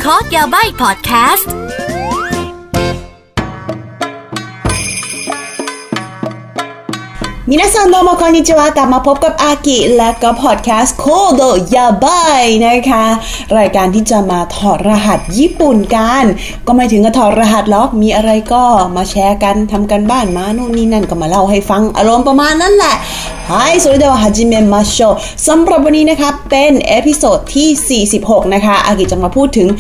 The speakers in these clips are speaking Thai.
Talk ยาใบ้ Podcast มินาซันโดโมคอนนิจิวะกลับมาพบกับอากิและก็พอดแคสต์โคโดยาบายนะคะรายการที่จะมาถอดรหัสญี่ปุ่นกันก็ไม่ถึงกับถอดรหัสหรอกมีอะไรก็มาแชร์กันทำกันบ้านมาโน่นนี่นั่นก็มาเล่าให้ฟังอารมณ์ประมาณนั้นแหละそれでは始めましょうสำหรับวันนี้นะคะเป็นเอพิโซดที่46นะคะอากิจะมาพูดถึง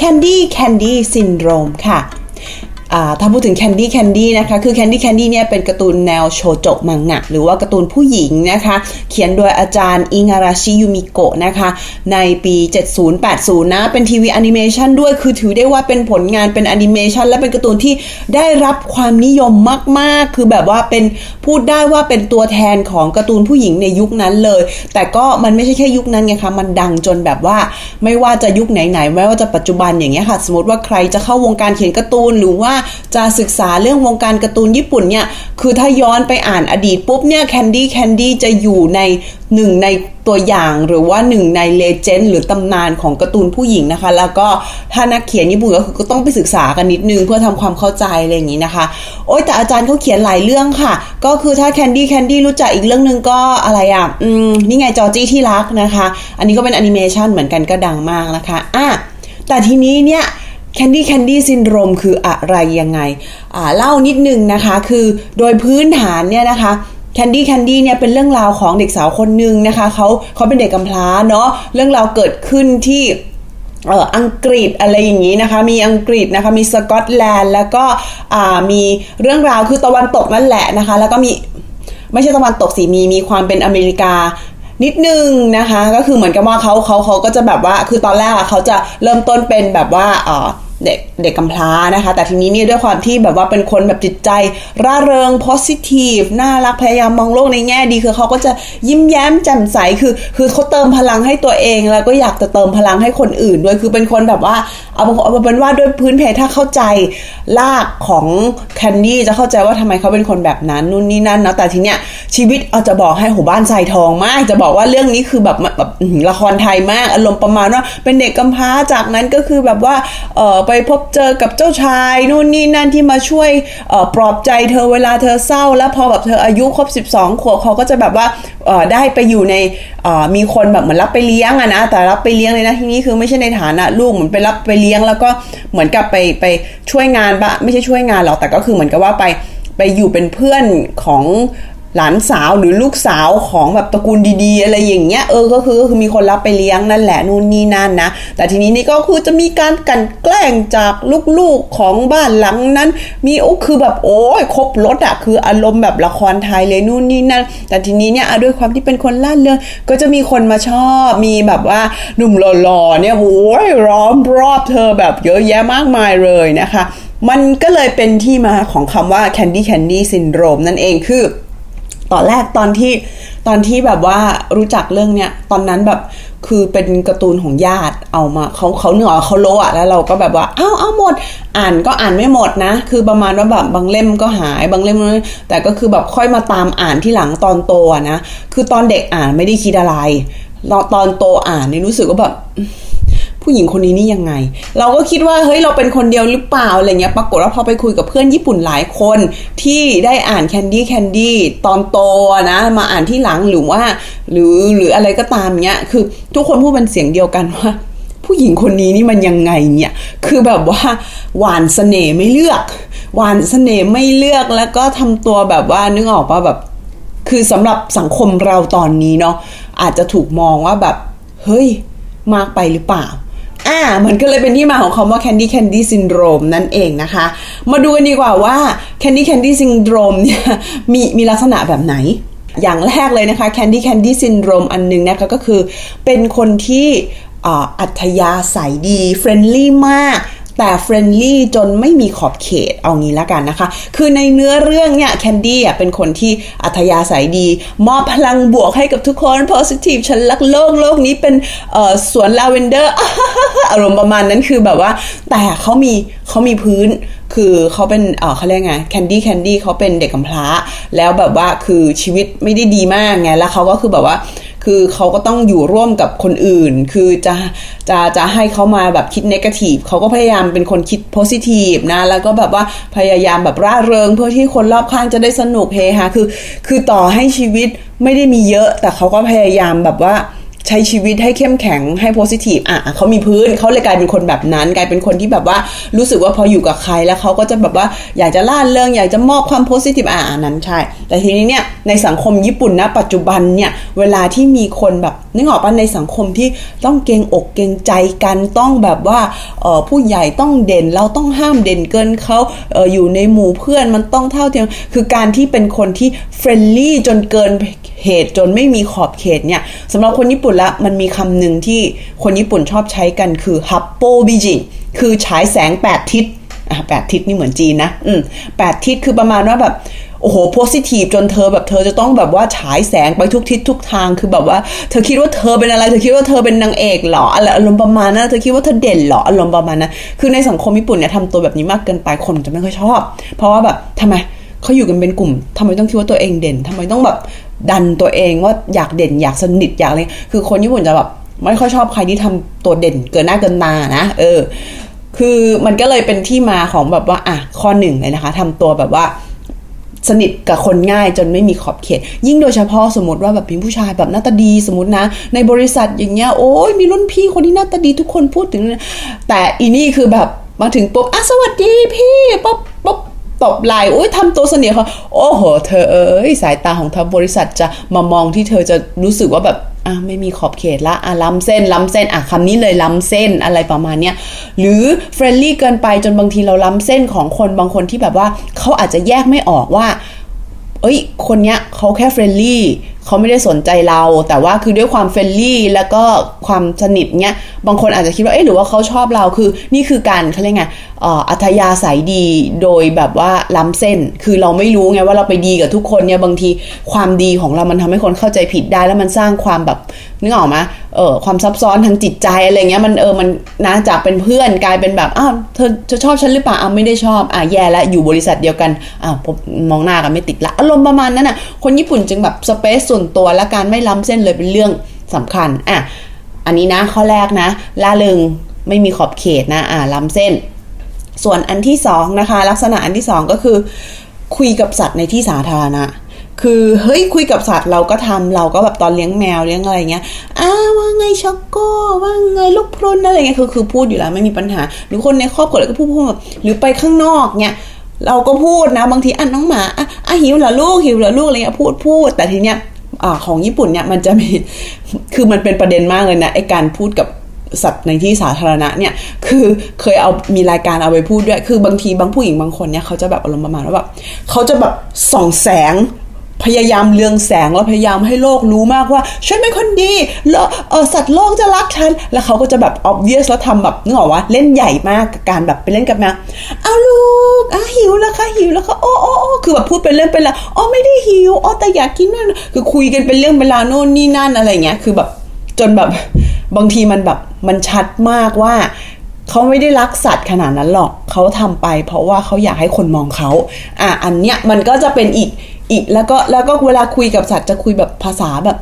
Candy Syndrome ค่ะถ้าพูดถึง Candy นะคะคือ Candy เนี่ยเป็นการ์ตูนแนวโชโจะมังงะหรือว่าการ์ตูนผู้หญิงนะคะเขียนโดยอาจารย์อิงาราชิยูมิโกะนะคะในปี70-80นะเป็นทีวีแอนิเมชันด้วยคือถือได้ว่าเป็นผลงานเป็นแอนิเมชันและเป็นการ์ตูนที่ได้รับความนิยมมากๆคือแบบว่าเป็นพูดได้ว่าเป็นตัวแทนของการ์ตูนผู้หญิงในยุคนั้นเลยแต่ก็มันไม่ใช่แค่ยุคนั้นไงคะมันดังจนแบบว่าไม่ว่าจะยุคไหนๆไม่ว่าจะปัจจุบันอย่างเงี้ยค่ะสมมติว่าใครจะเข้าวงการเขียนการ์ตูนหรือว่าจะศึกษาเรื่องวงการการ์ตูนญี่ปุ่นเนี่ยคือถ้าย้อนไปอ่านอดีตปุ๊บเนี่ยแคนดี้จะอยู่ในหนึ่งในตัวอย่างหรือว่าหนึ่งในเลเจนด์หรือตำนานของการ์ตูนผู้หญิงนะคะแล้วก็ถ้านักเขียนญี่ปุ่นก็ต้องไปศึกษากันนิดนึงเพื่อทำความเข้าใจอะไรอย่างนี้นะคะโอ๊ยแต่อาจารย์เขาเขียนหลายเรื่องค่ะก็คือถ้าแคนดี้รู้จักอีกเรื่องนึงก็อะไรนี่ไงจอร์จี้ที่รักนะคะอันนี้ก็เป็นแอนิเมชันเหมือนกันก็ดังมากนะคะแต่ทีนี้เนี่ยCandy Syndrome คืออะไรยังไงเล่านิดนึงนะคะคือโดยพื้นฐานเนี่ยนะคะCandyเนี่ยเป็นเรื่องราวของเด็กสาวคนนึงนะคะเขาเป็นเด็กกำพร้าเนาะเรื่องราวเกิดขึ้นที่อังกฤษอะไรอย่างนี้นะคะมีอังกฤษนะคะมีสกอตแลนด์แล้วก็มีเรื่องราวคือตะวันตกนั่นแหละนะคะแล้วก็มีไม่ใช่ตะวันตกสิมีความเป็นอเมริกานิดนึงนะคะก็คือเหมือนกับว่าเขาก็จะแบบว่าคือตอนแรกเขาจะเริ่มต้นเป็นแบบว่าเด็กกำพร้านะคะแต่ทีนี้เนี่ยด้วยความที่แบบว่าเป็นคนแบบจิตใจร่าเริง positive น่ารักพยายามมองโลกในแง่ดีคือเขาก็จะยิ้มแย้มแจ่มใสคือเขาเติมพลังให้ตัวเองแล้วก็อยากจะเติมพลังให้คนอื่นด้วยคือเป็นคนแบบว่าเอาเป็นว่าด้วยพื้นเพถ้าเข้าใจรากของแคนดี้จะเข้าใจว่าทำไมเขาเป็นคนแบบนั้นนู่นนี่นั่นนะแต่ทีเนี้ยชีวิตเอาจะบอกให้หัวบ้านทรายทองมากจะบอกว่าเรื่องนี้คือแบบละครไทยมากอารมณ์ประมาณว่าเป็นเด็กกำพร้าจากนั้นก็คือแบบว่าไปพบเจอกับเจ้าชายนู่นนี่นั่นที่มาช่วยปลอบใจเธอเวลาเธอเศร้าแล้วพอแบบเธออายุครบ12ขวบเขาก็จะแบบว่าได้ไปอยู่ในมีคนแบบเหมือนรับไปเลี้ยงนะแต่รับไปเลี้ยงเลยนะทีนี้คือไม่ใช่ในฐานะลูกเหมือนไปรับไปเลี้ยงแล้วก็เหมือนกับไปช่วยงานบะไม่ใช่ช่วยงานหรอกแต่ก็คือเหมือนกับว่าไปอยู่เป็นเพื่อนของหลานสาวหรือลูกสาวของแบบตระกูลดีๆอะไรอย่างเงี้ยก็คือมีคนรับไปเลี้ยงนั่นแหละนู่นนี่นั่นนะแต่ทีนี้นี่ก็คือจะมีการกลั่นแกล้งจากลูกๆของบ้านหลังนั้นมีคือแบบโอ้ยครบรสคืออารมณ์แบบละครไทยเลยนู่นนี่นั่นแต่ทีนี้เนี่ยด้วยความที่เป็นคนล่าเริงก็จะมีคนมาชอบมีแบบว่าหนุ่มหล่อๆเนี่ยโอ้ยล้อมรอบเธอแบบเยอะแยะมากมายเลยนะคะมันก็เลยเป็นที่มาของคำว่า Candy Syndrome นั่นเองคือตอนแรกตอนที่แบบว่ารู้จักเรื่องเนี้ยตอนนั้นแบบคือเป็นการ์ตูนของญาติเอามาเขาเหนือเขาโลแล้วเราก็แบบว่าเอาหมดอ่านก็อ่านไม่หมดนะคือประมาณว่าแบบบางเล่มก็หายบางเล่มแต่ก็คือแบบค่อยมาตามอ่านที่หลังตอนโตนะคือตอนเด็กอ่านไม่ได้คิดอะไรตอนโตอ่านนี่รู้สึกว่าแบบผู้หญิงคนนี้นี่ยังไงเราก็คิดว่าเฮ้ยเราเป็นคนเดียวหรือเปล่าอะไรเงี้ยปรากฏว่าพอไปคุยกับเพื่อนญี่ปุ่นหลายคนที่ได้อ่านแคนดี้ตอนโตนะมาอ่านที่หลังหรือว่าหรืออะไรก็ตามเงี้ยคือทุกคนพูดเป็นเสียงเดียวกันว่าผู้หญิงคนนี้นี่มันยังไงเนี่ยคือแบบว่าหวานเสน่ห์ไม่เลือกหวานเสน่ห์ไม่เลือกแล้วก็ทำตัวแบบว่านึกออกป่ะแบบคือสำหรับสังคมเราตอนนี้เนาะอาจจะถูกมองว่าแบบเฮ้ยมากไปหรือเปล่ามันก็เลยเป็นที่มาของคำว่า Candy Syndrome นั่นเองนะคะมาดูกันดีกว่าว่า Candy Syndrome เนี่ยมีลักษณะแบบไหนอย่างแรกเลยนะคะ Candy Syndrome อันนึงนะคะก็คือเป็นคนที่อัธยาศัยดีเฟรนลี่มากแต่เฟรนลี่จนไม่มีขอบเขตเอางี้ละกันนะคะคือในเนื้อเรื่องเนี่ยแคนดี้เป็นคนที่อัธยาศัยดีมอบพลังบวกให้กับทุกคน positive ฉันรักโลกนี้เป็นสวนลาเวนเดอร์ อารมณ์ประมาณนั้นคือแบบว่าแต่เขามีพื้นคือเขาเป็นเขาเรียกไงแคนดี้เขาเป็นเด็กกำพร้าแล้วแบบว่าคือชีวิตไม่ได้ดีมากไงแล้วเขาก็คือแบบว่าคือเขาก็ต้องอยู่ร่วมกับคนอื่นคือจะให้เขามาแบบคิดเนกาทีฟเขาก็พยายามเป็นคนคิดโพสิทีฟนะแล้วก็แบบว่าพยายามแบบร่าเริงเพื่อที่คนรอบข้างจะได้สนุกเฮฮาคือต่อให้ชีวิตไม่ได้มีเยอะแต่เขาก็พยายามแบบว่าใช้ชีวิตให้เข้มแข็งให้โพสิทีฟเขามีพื้นเขาเลยกลายเป็นคนแบบนั้นกลายเป็นคนที่แบบว่ารู้สึกว่าพออยู่กับใครแล้วเขาก็จะแบบว่าอยากจะล่าเริงอยากจะมอบความโพสิทีฟนั้นใช่แต่ทีนี้เนี่ยในสังคมญี่ปุ่นณปัจจุบันเนี่ยเวลาที่มีคนแบบนึกออกป่ะในสังคมที่ต้องเกรงอกเกรงใจกันต้องแบบว่าผู้ใหญ่ต้องเด่นเราต้องห้ามเด่นเกินเขาอยู่ในหมู่เพื่อนมันต้องเท่าเทียมคือการที่เป็นคนที่เฟรนลี่จนเกินเหตุจนไม่มีขอบเขตเนี่ยสำหรับคนญี่ปุ่นละมันมีคำหนึ่งที่คนญี่ปุ่นชอบใช้กันคือฮัปโปบิจิคือฉายแสง8ทิศ8ทิศนี่เหมือนจีนนะ8ทิศคือประมาณว่าแบบโอ้โหโพสิทีฟจนเธอแบบเธอจะต้องแบบว่าฉายแสงไปทุกทิศทุกทางคือแบบว่าเธอคิดว่าเธอเป็นอะไรเธอคิดว่าเธอเป็นนางเอกเหรออะไรอารมณ์ประมาณนั้นเธอคิดว่าเธอเด่นเหรออารมณ์ประมาณนั้นคือในสังคมญี่ปุ่นเนี่ยทำตัวแบบนี้มากเกินไปคนจะไม่ค่อยชอบเพราะว่าแบบทำไมเขาอยู่กันเป็นกลุ่มทำไมต้องคิดว่าตัวเองเด่นทำไมต้องแบบดันตัวเองว่าอยากเด่นอยากสนิทอยากอะไรคือคนญี่ปุ่นจะแบบไม่ค่อยชอบใครที่ทำตัวเด่นเกินหน้าเกินตานะคือมันก็เลยเป็นที่มาของแบบว่าข้อหนึ่งเลยนะคะทำตัวแบบว่าสนิทกับคนง่ายจนไม่มีขอบเขตยิ่งโดยเฉพาะสมมติว่าแบบเป็นผู้ชายแบบหน้าตาดีสมมตินะในบริษัทอย่างเงี้ยโอ้ยมีรุ่นพี่คนที่หน้าตาดีทุกคนพูดถึงแต่อีนี่คือแบบมาถึงปุ๊บสวัสดีพี่ป๊บตบไหล่โอ้ยทำตัวเสนียเขาโอ้โหเธอสายตาของทางบริษัทจะมามองที่เธอจะรู้สึกว่าแบบไม่มีขอบเขตละล้ำเส้นคำนี้เลยล้ำเส้นอะไรประมาณเนี้ยหรือเฟรนลี่เกินไปจนบางทีเราล้ำเส้นของคนบางคนที่แบบว่าเขาอาจจะแยกไม่ออกว่าคนเนี้ยเขาแค่เฟรนลี่เขาไม่ได้สนใจเราแต่ว่าคือด้วยความเฟรนลี่แล้วก็ความสนิทเนี้ยบางคนอาจจะคิดว่าหรือว่าเขาชอบเราคือนี่คือการเขาเรียกไงอัธยาศัยดีโดยแบบว่าล้ำเส้นคือเราไม่รู้ไงว่าเราไปดีกับทุกคนเนี่ยบางทีความดีของเรามันทำให้คนเข้าใจผิดได้แล้วมันสร้างความแบบนึกออกไหมความซับซ้อนทางจิตใจอะไรเงี้ยมันมันนะจากเป็นเพื่อนกลายเป็นแบบเธอชอบฉันหรือเปล่าไม่ได้ชอบแย่แล้วอยู่บริษัทเดียวกันผมมองหน้ากันไม่ติดละอารมณ์ประมาณนั้นคนญี่ปุ่นจึงแบบสเปซส่วนตัวและการไม่ล้ำเส้นเลยเป็นเรื่องสำคัญอันนี้นะข้อแรกนะล่าเริงไม่มีขอบเขตนะล้ำเส้นส่วนอันที่สองนะคะลักษณะอันที่สองก็คือคุยกับสัตว์ในที่สาธารณะคือคุยกับสัตว์เราก็ทำเราก็แบบตอนเลี้ยงแมวเลี้ยงอะไรเงี้ยว่าไงช็อกโก้ว่าไงลูกพรุนอะไรเงี้ยคือพูดอยู่แล้วไม่มีปัญหาหรือคนในครอบครัวก็พูดหรือไปข้างนอกเงี้ยเราก็พูดนะบางทีน้องหมาหิวเหรอลูกอะไรเงี้ยพูดแต่ทีเนี้ยของญี่ปุ่นเนี่ยมันจะมีคือมันเป็นประเด็นมากเลยนะไอ้การพูดกับสัตว์ในที่สาธารณะเนี่ยคือเคยมีรายการเอาไปพูดด้วยคือบางทีบางผู้หญิงบางคนเนี่ยเขาจะแบบอารมณ์ประมาณว่าแบบเขาจะแบบส่องแสงพยายามเรืองแสงแล้วพยายามให้โลกรู้มากว่าฉันเป็นคนดีแล้วสัตว์โลกจะรักฉันแล้วเขาก็จะแบบ obvious แล้วทำแบบนึกออกว่าเล่นใหญ่มากกับการแบบไปเล่นกับแมวลูกหิวแล้วค่ะโอ้คือแบบพูดเป็นเรื่องเป็นราวไม่ได้หิวแต่อยากกินนั่นคือคุยกันเป็นเรื่องเวลาโน่นนี่นั่นอะไรเงี้ยคือแบบจนแบบบางทีมันแบบมันชัดมากว่าเขาไม่ได้รักสัตว์ขนาดนั้นหรอกเขาทำไปเพราะว่าเขาอยากให้คนมองเขาอันเนี้ยมันก็จะเป็นอีกแล้วก็เวลาคุยกับสัตว์จะคุยแบบภาษาแบบ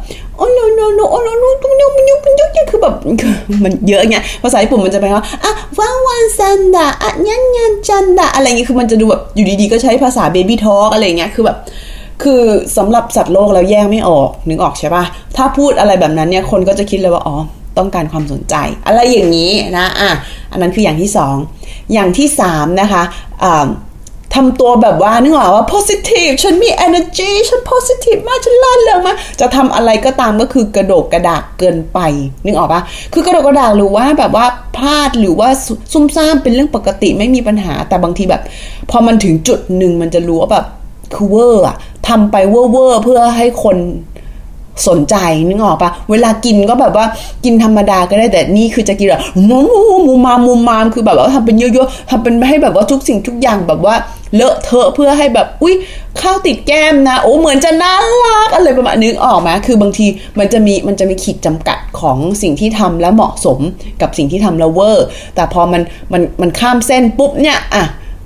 no คือแบบมันเยอะไงภาษาญี่ปุ่นมันจะแปลว่าวันซันดะยันจันดะอะไรเงี้ยคือมันจะดูแบบอยู่ดีๆก็ใช้ภาษาเบบี้ทอล์กอะไรเงี้ยคือแบบคือสำหรับสัตว์โลกแล้วแยกไม่ออกนึกออกใช่ป่ะถ้าพูดอะไรแบบนั้นเนี่ยคนก็จะคิดเลยว่าต้องการความสนใจอะไรอย่างนี้นะอันนั้นคืออย่างที่สองอย่างที่สามนะคะทำตัวแบบว่านึกออกว่า positive ฉันมี energy ฉัน positive มากฉันล่าเริงมากจะทำอะไรก็ตามก็คือกระโดดกระดากเกินไปนึกออกปะคือกระโดดกระดากหรือว่าแบบว่าพลาดหรือว่าซุ่มซ่ามเป็นเรื่องปกติไม่มีปัญหาแต่บางทีแบบพอมันถึงจุดหนึ่งมันจะรู้ว่าแบบคือเวอร์ทำไปเวอร์เพื่อให้คนสนใจนึกออกปะเวลากินก็แบบว่ากินธรรมดาก็ได้แต่นี่คือจะกินแบบมูมามคือแบบว่าทำเป็นเยอะๆทำเป็นให้แบบว่าทุกสิ่งทุกอย่างแบบว่าเลอะเทอะเพื่อให้แบบอุ๊ยข้าวติดแก้มนะเหมือนจะน่ารักอะไรประมาณนึกออกไหมคือบางทีมันจะมีขีดจำกัดของสิ่งที่ทำแล้วเหมาะสมกับสิ่งที่ทำแล้วเวอร์แต่พอมันข้ามเส้นปุ๊บเนี่ย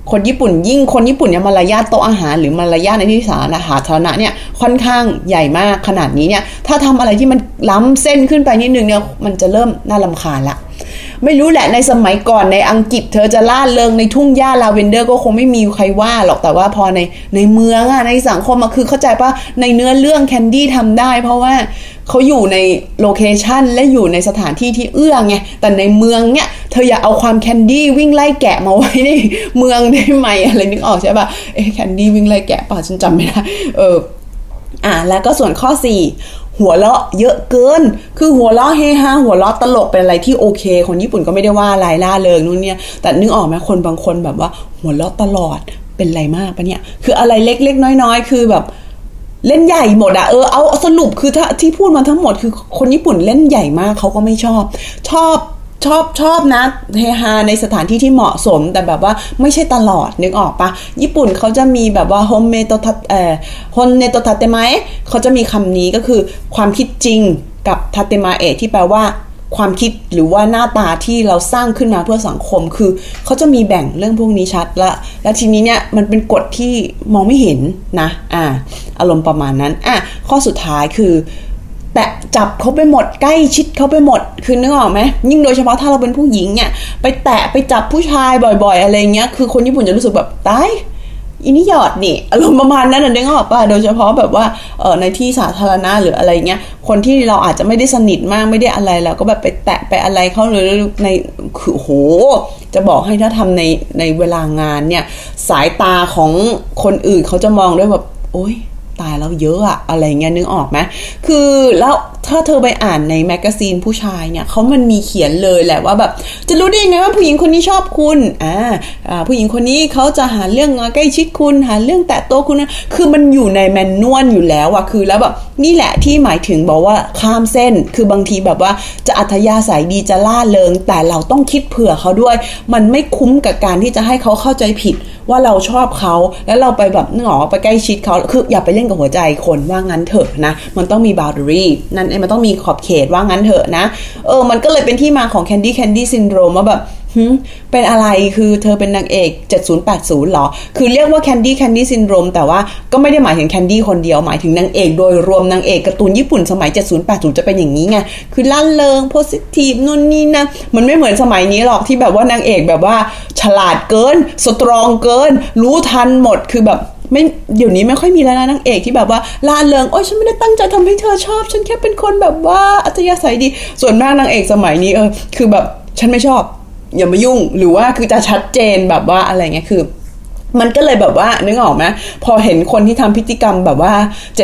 คนญี่ปุ่นยิ่งคนญี่ปุ่นเนี่ยมารยาทโต๊ะอาหารหรือมารยาทในที่สาธารณะเนี่ยค่อนข้างใหญ่มากขนาดนี้เนี่ยถ้าทำอะไรที่มันล้ำเส้นขึ้นไปนิดนึงเนี่ยมันจะเริ่มน่ารำคาญละไม่รู้แหละในสมัยก่อนในอังกฤษเธอจะล่าเริงในทุ่งหญ้าลาเวนเดอร์ก็คงไม่มีใครว่าหรอกแต่ว่าพอในเมืองอะในสังคมคือเข้าใจป่ะในเนื้อเรื่องแคนดี้ทำได้เพราะว่าเขาอยู่ในโลเคชันและอยู่ในสถานที่ที่เอื้อไงแต่ในเมืองเนี่ยเธออย่าเอาความแคนดี้วิ่งไล่แกะมาไว้ในเมืองได้ไหมอะไรนึกออกใช่ป่ะแคนดี้วิ่งไล่แกะป่ะฉันจำไม่ได้แล้วก็ส่วนข้อ4หัวเราะเยอะเกินคือหัวเราะเฮฮาหัวเราะตลกเป็นอะไรที่โอเคคนญี่ปุ่นก็ไม่ได้ว่าอะไรล่าเริงนู่นเนี่ยแต่นึกออกไหมคนบางคนแบบว่าหัวเราะตลอดเป็นไรมากปะเนี่ยคืออะไรเล็กๆน้อยๆคือแบบเล่นใหญ่หมดอะเอาสรุปคือที่พูดมาทั้งหมดคือคนญี่ปุ่นเล่นใหญ่มากเขาก็ไม่ชอบนะเฮฮาในสถานที่ที่เหมาะสมแต่แบบว่าไม่ใช่ตลอดนึกออกปะญี่ปุ่นเขาจะมีแบบว่าโฮเนโตทัเตมะเขาจะมีคำนี้ก็คือความคิดจริงกับทัเตมะที่แปลว่าความคิดหรือว่าหน้าตาที่เราสร้างขึ้นมาเพื่อสังคมคือเขาจะมีแบ่งเรื่องพวกนี้ชัดและทีนี้เนี่ยมันเป็นกฎที่มองไม่เห็นนะอารมณ์ประมาณนั้นข้อสุดท้ายคือแตะจับเขาไปหมดใกล้ชิดเขาไปหมดคือนึกออกไหมยิ่งโดยเฉพาะถ้าเราเป็นผู้หญิงเนี่ยไปแตะไปจับผู้ชายบ่อยๆอะไรเงี้ยคือคนญี่ปุ่นจะรู้สึกแบบตายอินี่หยอดนี่อารมณ์ประมาณนั้นนึกออกป่ะโดยเฉพาะแบบว่าในที่สาธารณะหรืออะไรเงี้ยคนที่เราอาจจะไม่ได้สนิทมากไม่ได้อะไรแล้วก็แบบไปแตะไปอะไรเขาหรือในคือโหจะบอกให้ถ้าทำในเวลางานเนี่ยสายตาของคนอื่นเขาจะมองด้วยแบบโอ๊ยตายแล้วเยอะอะอะไรเงี้ยนึกออกไหมคือแล้วถ้าเธอไปอ่านในแมกกาซีนผู้ชายเนี่ยมันมีเขียนเลยแหละว่าแบบจะรู้ได้ยังไงว่าผู้หญิงคนนี้ชอบคุณผู้หญิงคนนี้เขาจะหาเรื่องใกล้ชิดคุณหาเรื่องแตะโต๊ะคุณนะคือมันอยู่ในแมนนวลอยู่แล้วอะคือแล้วแบบนี่แหละที่หมายถึงบอกว่าข้ามเส้นคือบางทีแบบว่าจะอัธยาศัยดีจะล่าเริงแต่เราต้องคิดเผื่อเขาด้วยมันไม่คุ้มกับการที่จะให้เขาเข้าใจผิดว่าเราชอบเขาแล้วเราไปแบบนึกออกไปใกล้ชิดเขาคืออย่าไปเล่นกับหัวใจคนว่างั้นเถอะนะมันต้องมี boundary นั่นมันต้องมีขอบเขตว่างั้นเถอะนะมันก็เลยเป็นที่มาของ Candy Syndrome ว่าแบบเป็นอะไรคือเธอเป็นนางเอก7080หรอคือเรียกว่า Candy Syndrome แต่ว่าก็ไม่ได้หมายถึง Candy คนเดียวหมายถึงนางเอกโดยรวมนางเอกการ์ตูนญี่ปุ่นสมัย7080จะเป็นอย่างนี้ไงคือล่าเริง positive นู่นนี่นะมันไม่เหมือนสมัยนี้หรอกที่แบบว่านางเอกแบบว่าฉลาดเกินสตรองเกินรู้ทันหมดคือแบบไม่เดี๋ยวนี้ไม่ค่อยมีแล้วนะนางเอกที่แบบว่าล่าเริงโอ๊ยฉันไม่ได้ตั้งใจทำให้เธอชอบฉันแค่เป็นคนแบบว่าอัธยาศัยดีส่วนมากนางเอกสมัยนี้คือแบบฉันไม่ชอบอย่ามายุ่งหรือว่าคือจะชัดเจนแบบว่าอะไรเงี้ยคือมันก็เลยแบบว่านึกออกไหมพอเห็นคนที่ทำพฤติกรรมแบบว่า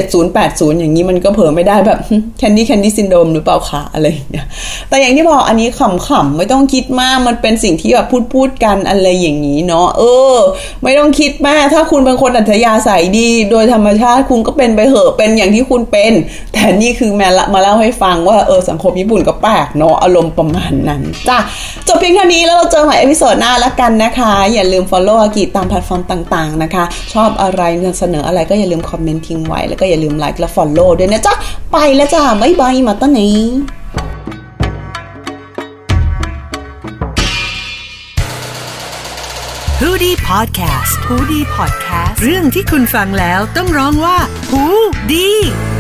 7080อย่างนี้มันก็เผลอไม่ได้แบบCandy Syndrome หรือเปล่าคะอะไรอย่างเงี้ยแต่อย่างที่บอกอันนี้ขำๆไม่ต้องคิดมากมันเป็นสิ่งที่แบบพูดกันอะไรอย่างนี้เนาะไม่ต้องคิดมากถ้าคุณเป็นคนอัธยาศัยดีโดยธรรมชาติคุณก็เป็นไปเหอะเป็นอย่างที่คุณเป็นแต่นี่คือมาเล่าให้ฟังว่าสังคมญี่ปุ่นก็แปลกเนาะอารมณ์ประมาณนั้นจ้ะจบเพียงเท่านี้แล้วเราเจอใหม่เอพิโซดหน้าแล้วกันนะคะอย่าลืม follow อากิตามแพลตฟอร์มต่างๆนะคะชอบอะไรเสนออะไรก็อย่าลืมคอมเมนต์ทิ้งไว้แล้วก็อย่าลืมไลค์และ follow ด้วยนะจ๊ะไปแล้วจ้ะบ๊ายบายมาตอนนี้ Hoodie Podcast เรื่องที่คุณฟังแล้วต้องร้องว่าหูดี